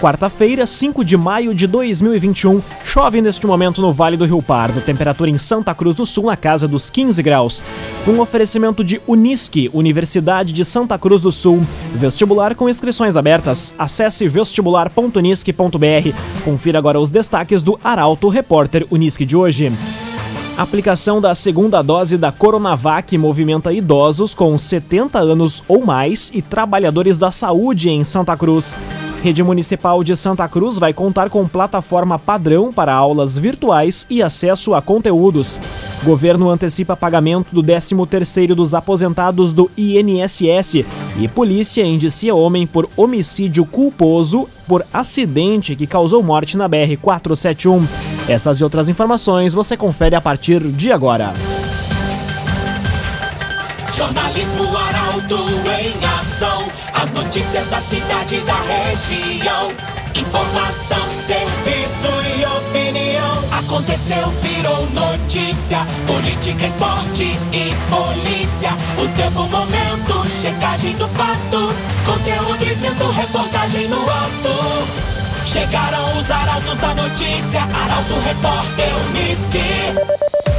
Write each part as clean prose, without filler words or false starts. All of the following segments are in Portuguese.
Quarta-feira, 5 de maio de 2021, chove neste momento no Vale do Rio Pardo. Temperatura em Santa Cruz do Sul na casa dos 15 graus. Um oferecimento de Unisque, Universidade de Santa Cruz do Sul. Vestibular com inscrições abertas. Acesse vestibular.unisque.br. Confira agora os destaques do Arauto Repórter Unisque de hoje. A aplicação da segunda dose da Coronavac movimenta idosos com 70 anos ou mais e trabalhadores da saúde em Santa Cruz. Rede Municipal de Santa Cruz vai contar com plataforma padrão para aulas virtuais e acesso a conteúdos. Governo antecipa pagamento do 13º dos aposentados do INSS e polícia indicia homem por homicídio culposo por acidente que causou morte na BR-471. Essas e outras informações você confere a partir de agora. Jornalismo Arauto em ação. As notícias da cidade e da região. Informação, serviço e opinião. Aconteceu, virou notícia. Política, esporte e polícia. O tempo, momento, checagem do fato. Conteúdo dizendo, reportagem no ato. Chegaram os arautos da notícia. Arauto Repórter Unisque.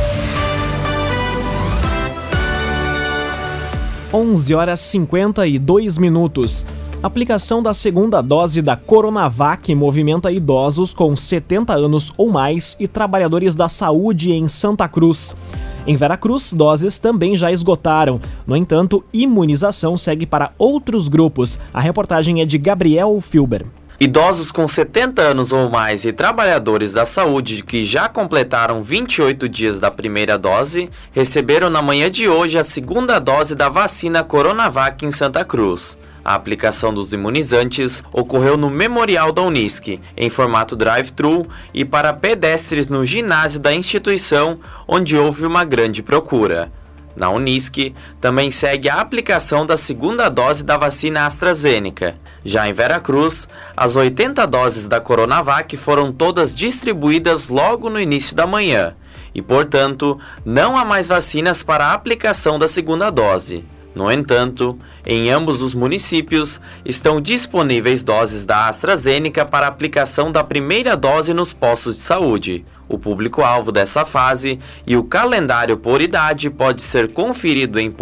11h52. Aplicação da segunda dose da Coronavac movimenta idosos com 70 anos ou mais e trabalhadores da saúde em Santa Cruz. Em Veracruz, doses também já esgotaram. No entanto, imunização segue para outros grupos. A reportagem é de Gabriel Filber. Idosos com 70 anos ou mais e trabalhadores da saúde que já completaram 28 dias da primeira dose receberam na manhã de hoje a segunda dose da vacina Coronavac em Santa Cruz. A aplicação dos imunizantes ocorreu no Memorial da Unisque, em formato drive-thru e para pedestres no ginásio da instituição, onde houve uma grande procura. Na Unisque, também segue a aplicação da segunda dose da vacina AstraZeneca. Já em Veracruz, as 80 doses da Coronavac foram todas distribuídas logo no início da manhã e, portanto, não há mais vacinas para a aplicação da segunda dose. No entanto, em ambos os municípios estão disponíveis doses da AstraZeneca para aplicação da primeira dose nos postos de saúde. O público-alvo dessa fase e o calendário por idade pode ser conferido em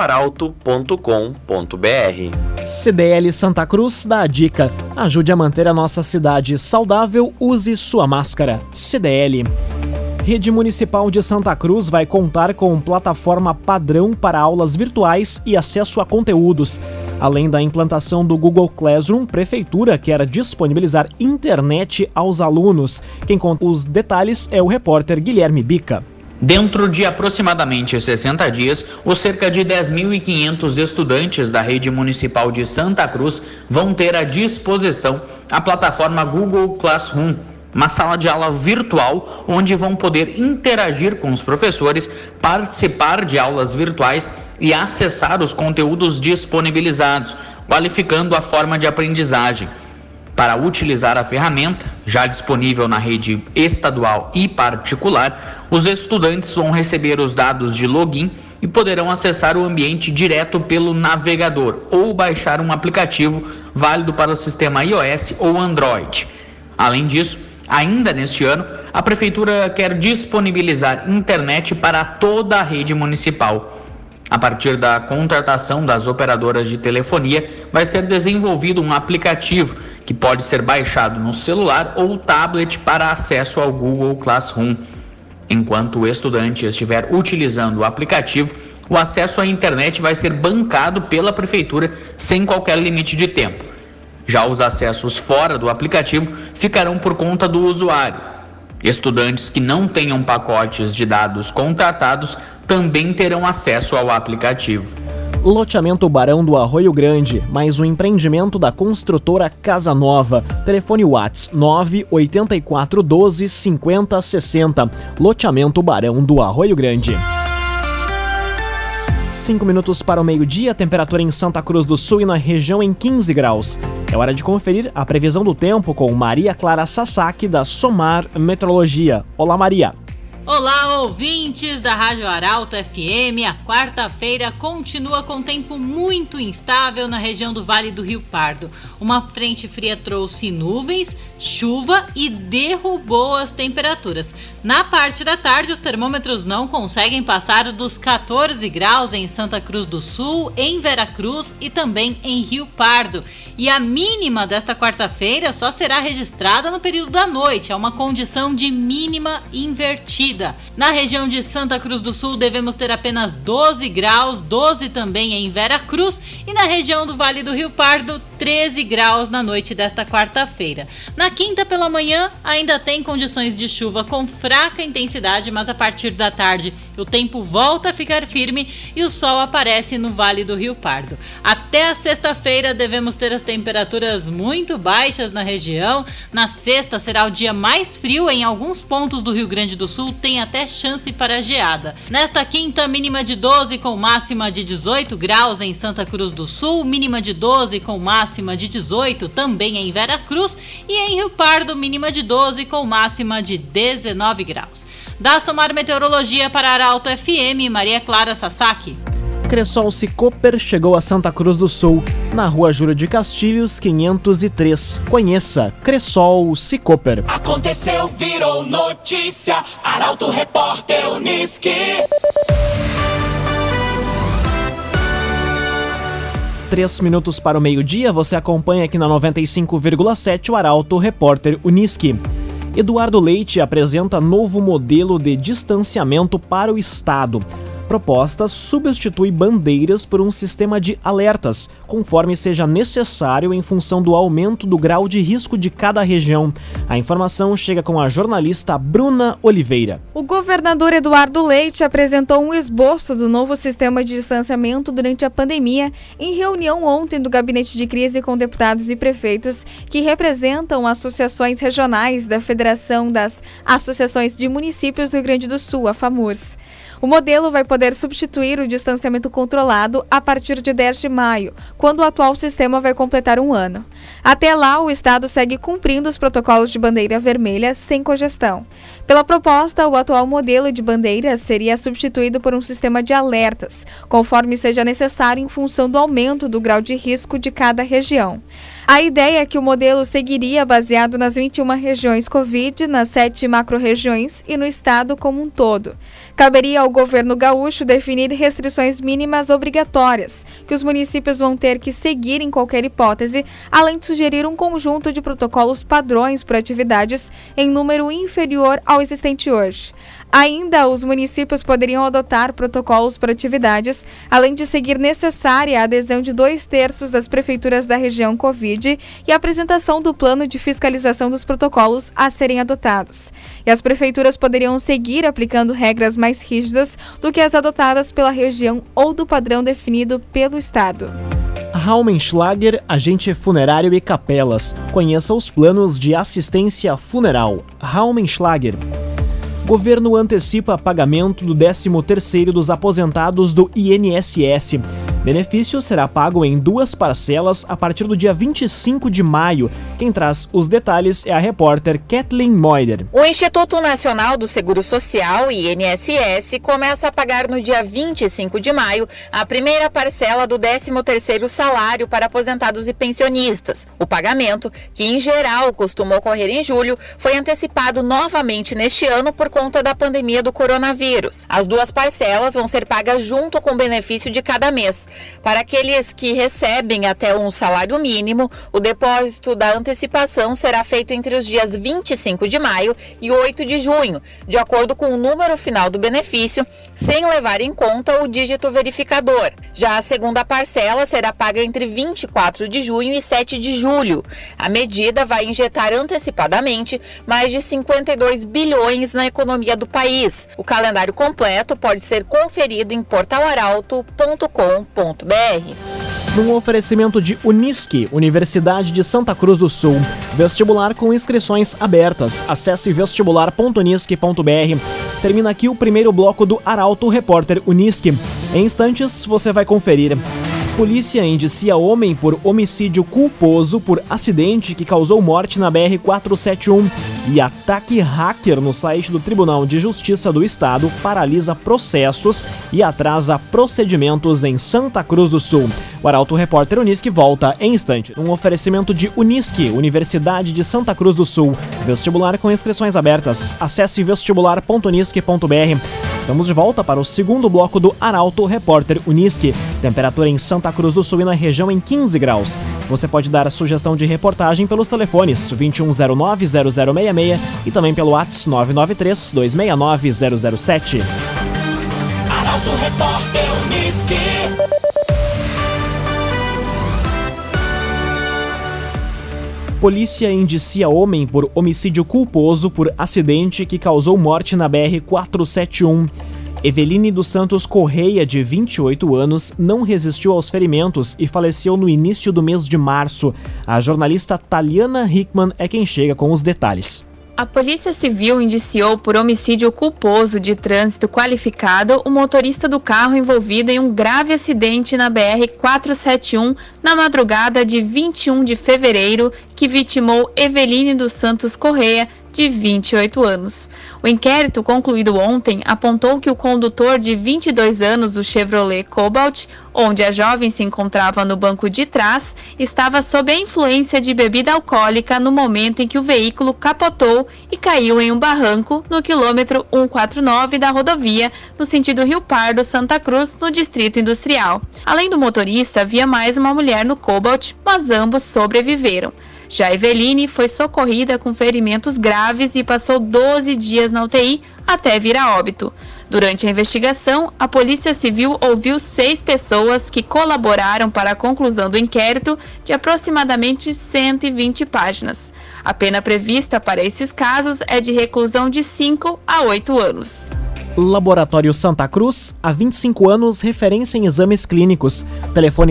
portalarauto.com.br. CDL Santa Cruz dá a dica: ajude a manter a nossa cidade saudável, use sua máscara. CDL. Rede Municipal de Santa Cruz vai contar com plataforma padrão para aulas virtuais e acesso a conteúdos. Além da implantação do Google Classroom, Prefeitura quer disponibilizar internet aos alunos. Quem conta os detalhes é o repórter Guilherme Bica. Dentro de aproximadamente 60 dias, os cerca de 10.500 estudantes da Rede Municipal de Santa Cruz vão ter à disposição a plataforma Google Classroom, uma sala de aula virtual onde vão poder interagir com os professores, participar de aulas virtuais e acessar os conteúdos disponibilizados, qualificando a forma de aprendizagem. Para utilizar a ferramenta, já disponível na rede estadual e particular, os estudantes vão receber os dados de login e poderão acessar o ambiente direto pelo navegador ou baixar um aplicativo válido para o sistema iOS ou Android. Além disso, ainda neste ano, a Prefeitura quer disponibilizar internet para toda a rede municipal. A partir da contratação das operadoras de telefonia, vai ser desenvolvido um aplicativo que pode ser baixado no celular ou tablet para acesso ao Google Classroom. Enquanto o estudante estiver utilizando o aplicativo, o acesso à internet vai ser bancado pela Prefeitura sem qualquer limite de tempo. Já os acessos fora do aplicativo ficarão por conta do usuário. Estudantes que não tenham pacotes de dados contratados também terão acesso ao aplicativo. Loteamento Barão do Arroio Grande, mais um empreendimento da construtora Casa Nova. Telefone WhatsApp 984 12 50 60. Loteamento Barão do Arroio Grande. 5 minutos para o meio-dia, temperatura em Santa Cruz do Sul e na região em 15 graus. É hora de conferir a previsão do tempo com Maria Clara Sasaki, da Somar Meteorologia. Olá, Maria. Olá, ouvintes da Rádio Arauto FM. A quarta-feira continua com tempo muito instável na região do Vale do Rio Pardo. Uma frente fria trouxe nuvens, chuva e derrubou as temperaturas. Na parte da tarde, os termômetros não conseguem passar dos 14 graus em Santa Cruz do Sul, em Veracruz e também em Rio Pardo. E a mínima desta quarta-feira só será registrada no período da noite. É uma condição de mínima invertida. Na região de Santa Cruz do Sul devemos ter apenas 12 graus, 12 também em Veracruz, e na região do Vale do Rio Pardo, 13 graus na noite desta quarta-feira. Na quinta pela manhã ainda tem condições de chuva com fraca intensidade, mas a partir da tarde o tempo volta a ficar firme e o sol aparece no Vale do Rio Pardo. Até a sexta-feira devemos ter as temperaturas muito baixas na região. Na sexta será o dia mais frio, em alguns pontos do Rio Grande do Sul tem até chance para geada. Nesta quinta, mínima de 12 com máxima de 18 graus em Santa Cruz do Sul, mínima de 12 com máxima de 18 também em Veracruz e em Rio Pardo, mínima de 12 com máxima de 19 graus. Da Somar Meteorologia para Arauto FM, Maria Clara Sasaki. Cressol Cicoper chegou a Santa Cruz do Sul, na Rua Júlio de Castilhos, 503. Conheça Cressol Cicoper. Aconteceu, virou notícia. Arauto Repórter Unisque. 3 minutos para o meio-dia, você acompanha aqui na 95,7 o Arauto Repórter Unisque. Eduardo Leite apresenta novo modelo de distanciamento para o Estado. Proposta substitui bandeiras por um sistema de alertas, conforme seja necessário em função do aumento do grau de risco de cada região. A informação chega com a jornalista Bruna Oliveira. O governador Eduardo Leite apresentou um esboço do novo sistema de distanciamento durante a pandemia em reunião ontem do Gabinete de Crise com deputados e prefeitos que representam associações regionais da Federação das Associações de Municípios do Rio Grande do Sul, a FAMURS. O modelo vai poder substituir o distanciamento controlado a partir de 10 de maio, quando o atual sistema vai completar 1 ano. Até lá, o Estado segue cumprindo os protocolos de bandeira vermelha sem congestão. Pela proposta, o atual modelo de bandeiras seria substituído por um sistema de alertas, conforme seja necessário em função do aumento do grau de risco de cada região. A ideia é que o modelo seguiria baseado nas 21 regiões Covid, nas 7 macro-regiões e no Estado como um todo. Caberia ao governo gaúcho definir restrições mínimas obrigatórias, que os municípios vão ter que seguir em qualquer hipótese, além de sugerir um conjunto de protocolos padrões por atividades em número inferior ao existente hoje. Ainda, os municípios poderiam adotar protocolos por atividades, além de seguir necessária a adesão de 2/3 das prefeituras da região Covid e a apresentação do plano de fiscalização dos protocolos a serem adotados. E as prefeituras poderiam seguir aplicando regras mais rígidas do que as adotadas pela região ou do padrão definido pelo Estado. Raumenschlager, agente funerário e capelas. Conheça os planos de assistência funeral. Raumenschlager. Governo antecipa pagamento do 13º dos aposentados do INSS. Benefício será pago em 2 parcelas a partir do dia 25 de maio. Quem traz os detalhes é a repórter Kathleen Moider. O Instituto Nacional do Seguro Social, INSS, começa a pagar no dia 25 de maio a primeira parcela do 13º salário para aposentados e pensionistas. O pagamento, que em geral costuma ocorrer em julho, foi antecipado novamente neste ano por conta da pandemia do coronavírus. As 2 parcelas vão ser pagas junto com o benefício de cada mês. Para aqueles que recebem até um salário mínimo, o depósito da antecipação será feito entre os dias 25 de maio e 8 de junho, de acordo com o número final do benefício, sem levar em conta o dígito verificador. Já a segunda parcela será paga entre 24 de junho e 7 de julho. A medida vai injetar antecipadamente mais de 52 bilhões na economia do país. O calendário completo pode ser conferido em portalaralto.com.br. Num oferecimento de Unisque, Universidade de Santa Cruz do Sul. Vestibular com inscrições abertas. Acesse vestibular.unisque.br. Termina aqui o primeiro bloco do Arauto Repórter Unisque. Em instantes, você vai conferir. Polícia indicia homem por homicídio culposo por acidente que causou morte na BR-471 e ataque hacker no site do Tribunal de Justiça do Estado paralisa processos e atrasa procedimentos em Santa Cruz do Sul. O Arauto Repórter Unisque volta em instante. Um oferecimento de Unisque, Universidade de Santa Cruz do Sul. Vestibular com inscrições abertas. Acesse vestibular.unisque.br. Estamos de volta para o segundo bloco do Arauto Repórter Unisque. Temperatura em Santa Cruz do Sul e na região em 15 graus. Você pode dar a sugestão de reportagem pelos telefones 2109-0066 e também pelo WhatsApp 993-269-007. Arauto Repórter Unisque. Polícia indicia homem por homicídio culposo por acidente que causou morte na BR-471. Eveline dos Santos Correia, de 28 anos, não resistiu aos ferimentos e faleceu no início do mês de março. A jornalista Taliana Hickman é quem chega com os detalhes. A Polícia Civil indiciou por homicídio culposo de trânsito qualificado o motorista do carro envolvido em um grave acidente na BR-471 na madrugada de 21 de fevereiro, que vitimou Eveline dos Santos Correia, de 28 anos. O inquérito concluído ontem apontou que o condutor de 22 anos do Chevrolet Cobalt, onde a jovem se encontrava no banco de trás, estava sob a influência de bebida alcoólica no momento em que o veículo capotou e caiu em um barranco no quilômetro 149 da rodovia, no sentido Rio Pardo-Santa Cruz, no Distrito Industrial. Além do motorista, havia mais uma mulher no Cobalt, mas ambos sobreviveram. Já Eveline foi socorrida com ferimentos graves e passou 12 dias na UTI até vir a óbito. Durante a investigação, a Polícia Civil ouviu 6 pessoas que colaboraram para a conclusão do inquérito, de aproximadamente 120 páginas. A pena prevista para esses casos é de reclusão de 5 a 8 anos. Laboratório Santa Cruz, há 25 anos, referência em exames clínicos. Telefone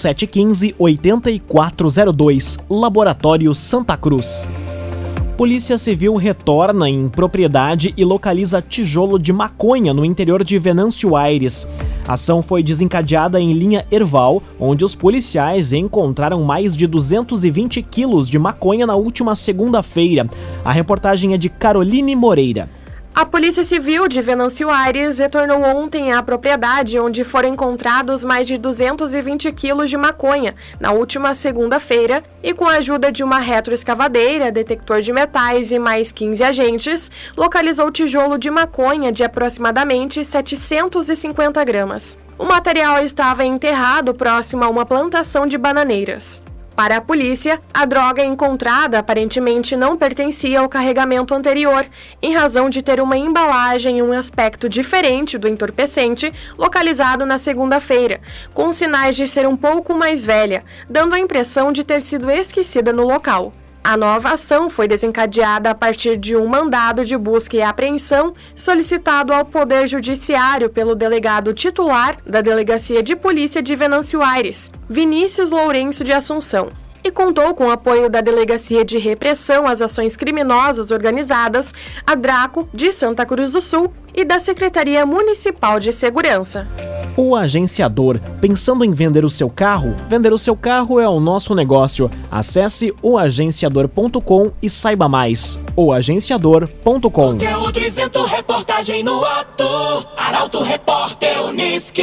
3715-8402. Laboratório Santa Cruz. Polícia Civil retorna em propriedade e localiza tijolo de maconha no interior de Venâncio Aires. A ação foi desencadeada em linha Erval, onde os policiais encontraram mais de 220 quilos de maconha na última segunda-feira. A reportagem é de Caroline Moreira. A Polícia Civil de Venâncio Aires retornou ontem à propriedade onde foram encontrados mais de 220 quilos de maconha na última segunda-feira e, com a ajuda de uma retroescavadeira, detector de metais e mais 15 agentes, localizou tijolo de maconha de aproximadamente 750 gramas. O material estava enterrado próximo a uma plantação de bananeiras. Para a polícia, a droga encontrada aparentemente não pertencia ao carregamento anterior, em razão de ter uma embalagem e um aspecto diferente do entorpecente localizado na segunda-feira, com sinais de ser um pouco mais velha, dando a impressão de ter sido esquecida no local. A nova ação foi desencadeada a partir de um mandado de busca e apreensão solicitado ao Poder Judiciário pelo delegado titular da Delegacia de Polícia de Venâncio Aires, Vinícius Lourenço de Assunção, e contou com o apoio da Delegacia de Repressão às Ações Criminosas Organizadas, a DRACO, de Santa Cruz do Sul, e da Secretaria Municipal de Segurança. O Agenciador. Pensando em vender o seu carro? Vender o seu carro é o nosso negócio. Acesse oagenciador.com e saiba mais. oagenciador.com. Conteúdo isento, reportagem no ato. Arauto Repórter Unisque.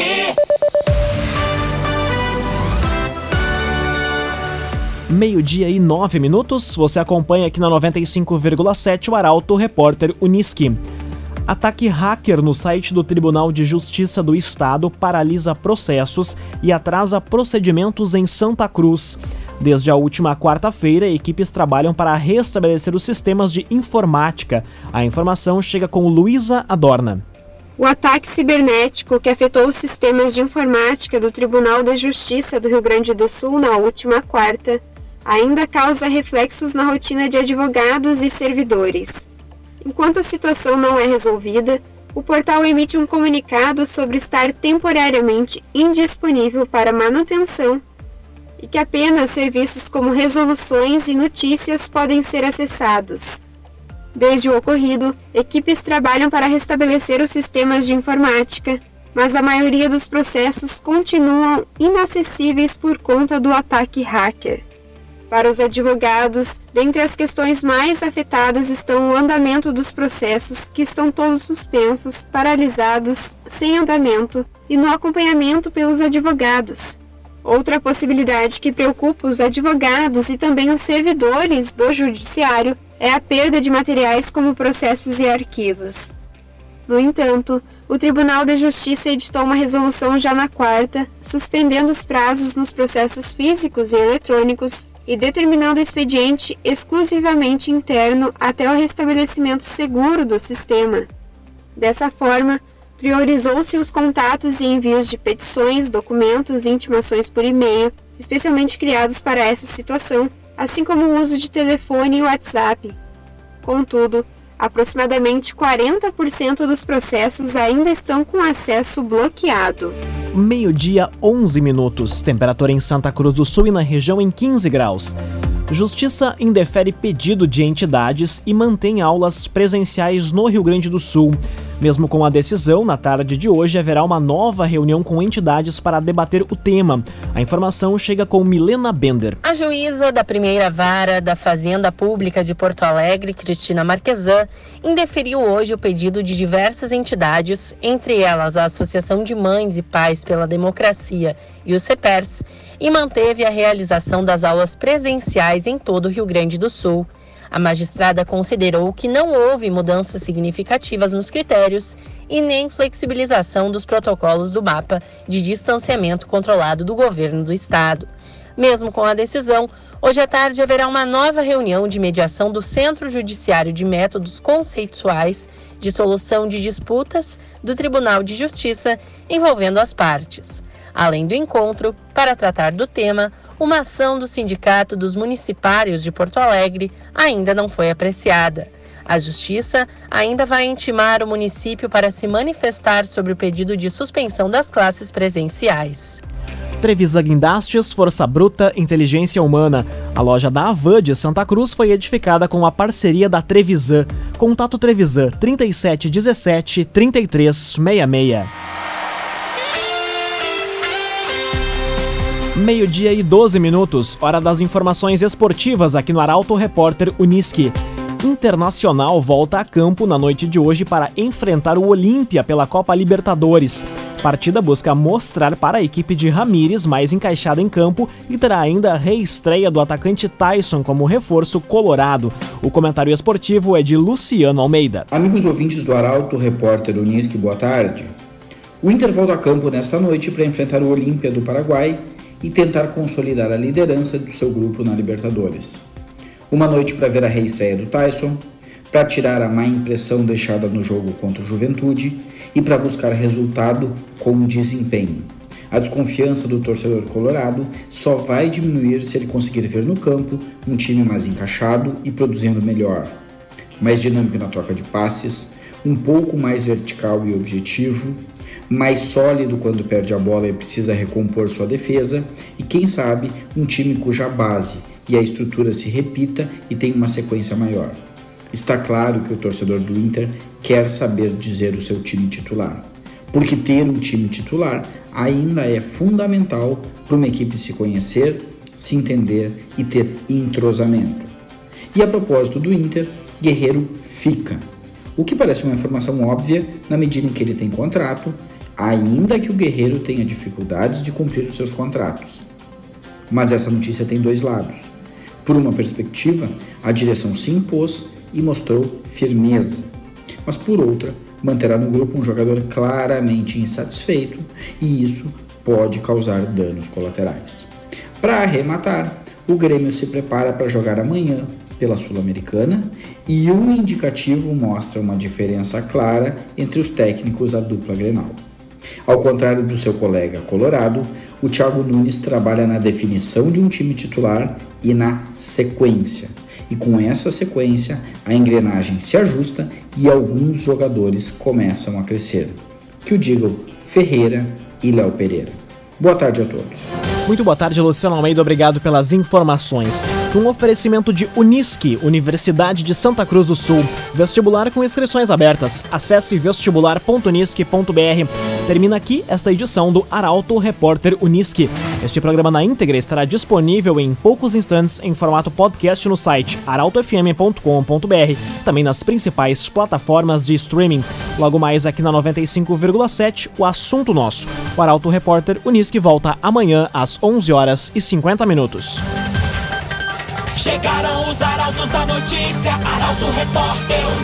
Meio-dia e 9 minutos. Você acompanha aqui na 95,7 o Arauto Repórter Unisque. Ataque hacker no site do Tribunal de Justiça do Estado paralisa processos e atrasa procedimentos em Santa Cruz. Desde a última quarta-feira, equipes trabalham para restabelecer os sistemas de informática. A informação chega com Luísa Adorna. O ataque cibernético que afetou os sistemas de informática do Tribunal de Justiça do Rio Grande do Sul na última quarta ainda causa reflexos na rotina de advogados e servidores. Enquanto a situação não é resolvida, o portal emite um comunicado sobre estar temporariamente indisponível para manutenção e que apenas serviços como resoluções e notícias podem ser acessados. Desde o ocorrido, equipes trabalham para restabelecer os sistemas de informática, mas a maioria dos processos continuam inacessíveis por conta do ataque hacker. Para os advogados, dentre as questões mais afetadas estão o andamento dos processos, que estão todos suspensos, paralisados, sem andamento, e no acompanhamento pelos advogados. Outra possibilidade que preocupa os advogados e também os servidores do judiciário é a perda de materiais como processos e arquivos. No entanto, o Tribunal de Justiça editou uma resolução já na quarta, suspendendo os prazos nos processos físicos e eletrônicos e determinando o expediente exclusivamente interno até o restabelecimento seguro do sistema. Dessa forma, priorizou-se os contatos e envios de petições, documentos e intimações por e-mail, especialmente criados para essa situação, assim como o uso de telefone e WhatsApp. Contudo, aproximadamente 40% dos processos ainda estão com acesso bloqueado. 12:11, temperatura em Santa Cruz do Sul e na região em 15 graus. Justiça indefere pedido de entidades e mantém aulas presenciais no Rio Grande do Sul. Mesmo com a decisão, na tarde de hoje haverá uma nova reunião com entidades para debater o tema. A informação chega com Milena Bender. A juíza da primeira vara da Fazenda Pública de Porto Alegre, Cristina Marquesan, indeferiu hoje o pedido de diversas entidades, entre elas a Associação de Mães e Pais pela Democracia e o CEPERS, e manteve a realização das aulas presenciais em todo o Rio Grande do Sul. A magistrada considerou que não houve mudanças significativas nos critérios e nem flexibilização dos protocolos do mapa de distanciamento controlado do governo do estado. Mesmo com a decisão, hoje à tarde haverá uma nova reunião de mediação do Centro Judiciário de Métodos Conceituais de Solução de Disputas do Tribunal de Justiça envolvendo as partes. Além do encontro, para tratar do tema, uma ação do Sindicato dos Municipários de Porto Alegre ainda não foi apreciada. A Justiça ainda vai intimar o município para se manifestar sobre o pedido de suspensão das classes presenciais. Trevisan Guindastes, Força Bruta, Inteligência Humana. A loja da Avan de Santa Cruz foi edificada com a parceria da Trevisan. Contato Trevisan 3717 3366. 12:12, hora das informações esportivas aqui no Arauto Repórter Unisque. Internacional volta a campo na noite de hoje para enfrentar o Olímpia pela Copa Libertadores. A partida busca mostrar para a equipe de Ramírez mais encaixada em campo e terá ainda a reestreia do atacante Tyson como reforço colorado. O comentário esportivo é de Luciano Almeida. Amigos ouvintes do Arauto Repórter Unisque, boa tarde. O Inter volta a campo nesta noite para enfrentar o Olímpia do Paraguai e tentar consolidar a liderança do seu grupo na Libertadores. Uma noite para ver a reestreia do Tyson, para tirar a má impressão deixada no jogo contra o Juventude e para buscar resultado com desempenho. A desconfiança do torcedor colorado só vai diminuir se ele conseguir ver no campo um time mais encaixado e produzindo melhor, mais dinâmico na troca de passes, um pouco mais vertical e objetivo, mais sólido quando perde a bola e precisa recompor sua defesa e, quem sabe, um time cuja base e a estrutura se repita e tenha uma sequência maior. Está claro que o torcedor do Inter quer saber dizer o seu time titular, porque ter um time titular ainda é fundamental para uma equipe se conhecer, se entender e ter entrosamento. E a propósito do Inter, Guerreiro fica, o que parece uma informação óbvia na medida em que ele tem contrato, ainda que o Guerreiro tenha dificuldades de cumprir os seus contratos. Mas essa notícia tem dois lados. Por uma perspectiva, a direção se impôs e mostrou firmeza. Mas por outra, manterá no grupo um jogador claramente insatisfeito e isso pode causar danos colaterais. Para arrematar, o Grêmio se prepara para jogar amanhã pela Sul-Americana e um indicativo mostra uma diferença clara entre os técnicos da dupla Grenal. Ao contrário do seu colega colorado, o Thiago Nunes trabalha na definição de um time titular e na sequência. E com essa sequência, a engrenagem se ajusta e alguns jogadores começam a crescer. Que o digam Ferreira e Léo Pereira. Boa tarde a todos. Muito boa tarde, Luciano Almeida, obrigado pelas informações. Um oferecimento de Unisque, Universidade de Santa Cruz do Sul. Vestibular com inscrições abertas. Acesse vestibular.unisque.br. Termina aqui esta edição do Arauto Repórter Unisque. Este programa na íntegra estará disponível em poucos instantes em formato podcast no site arautofm.com.br, também nas principais plataformas de streaming. Logo mais aqui na 95,7, o assunto nosso. O Arauto Repórter Unisque volta amanhã às 11h50. Chegaram os arautos da notícia, Arauto Repórter Unisque.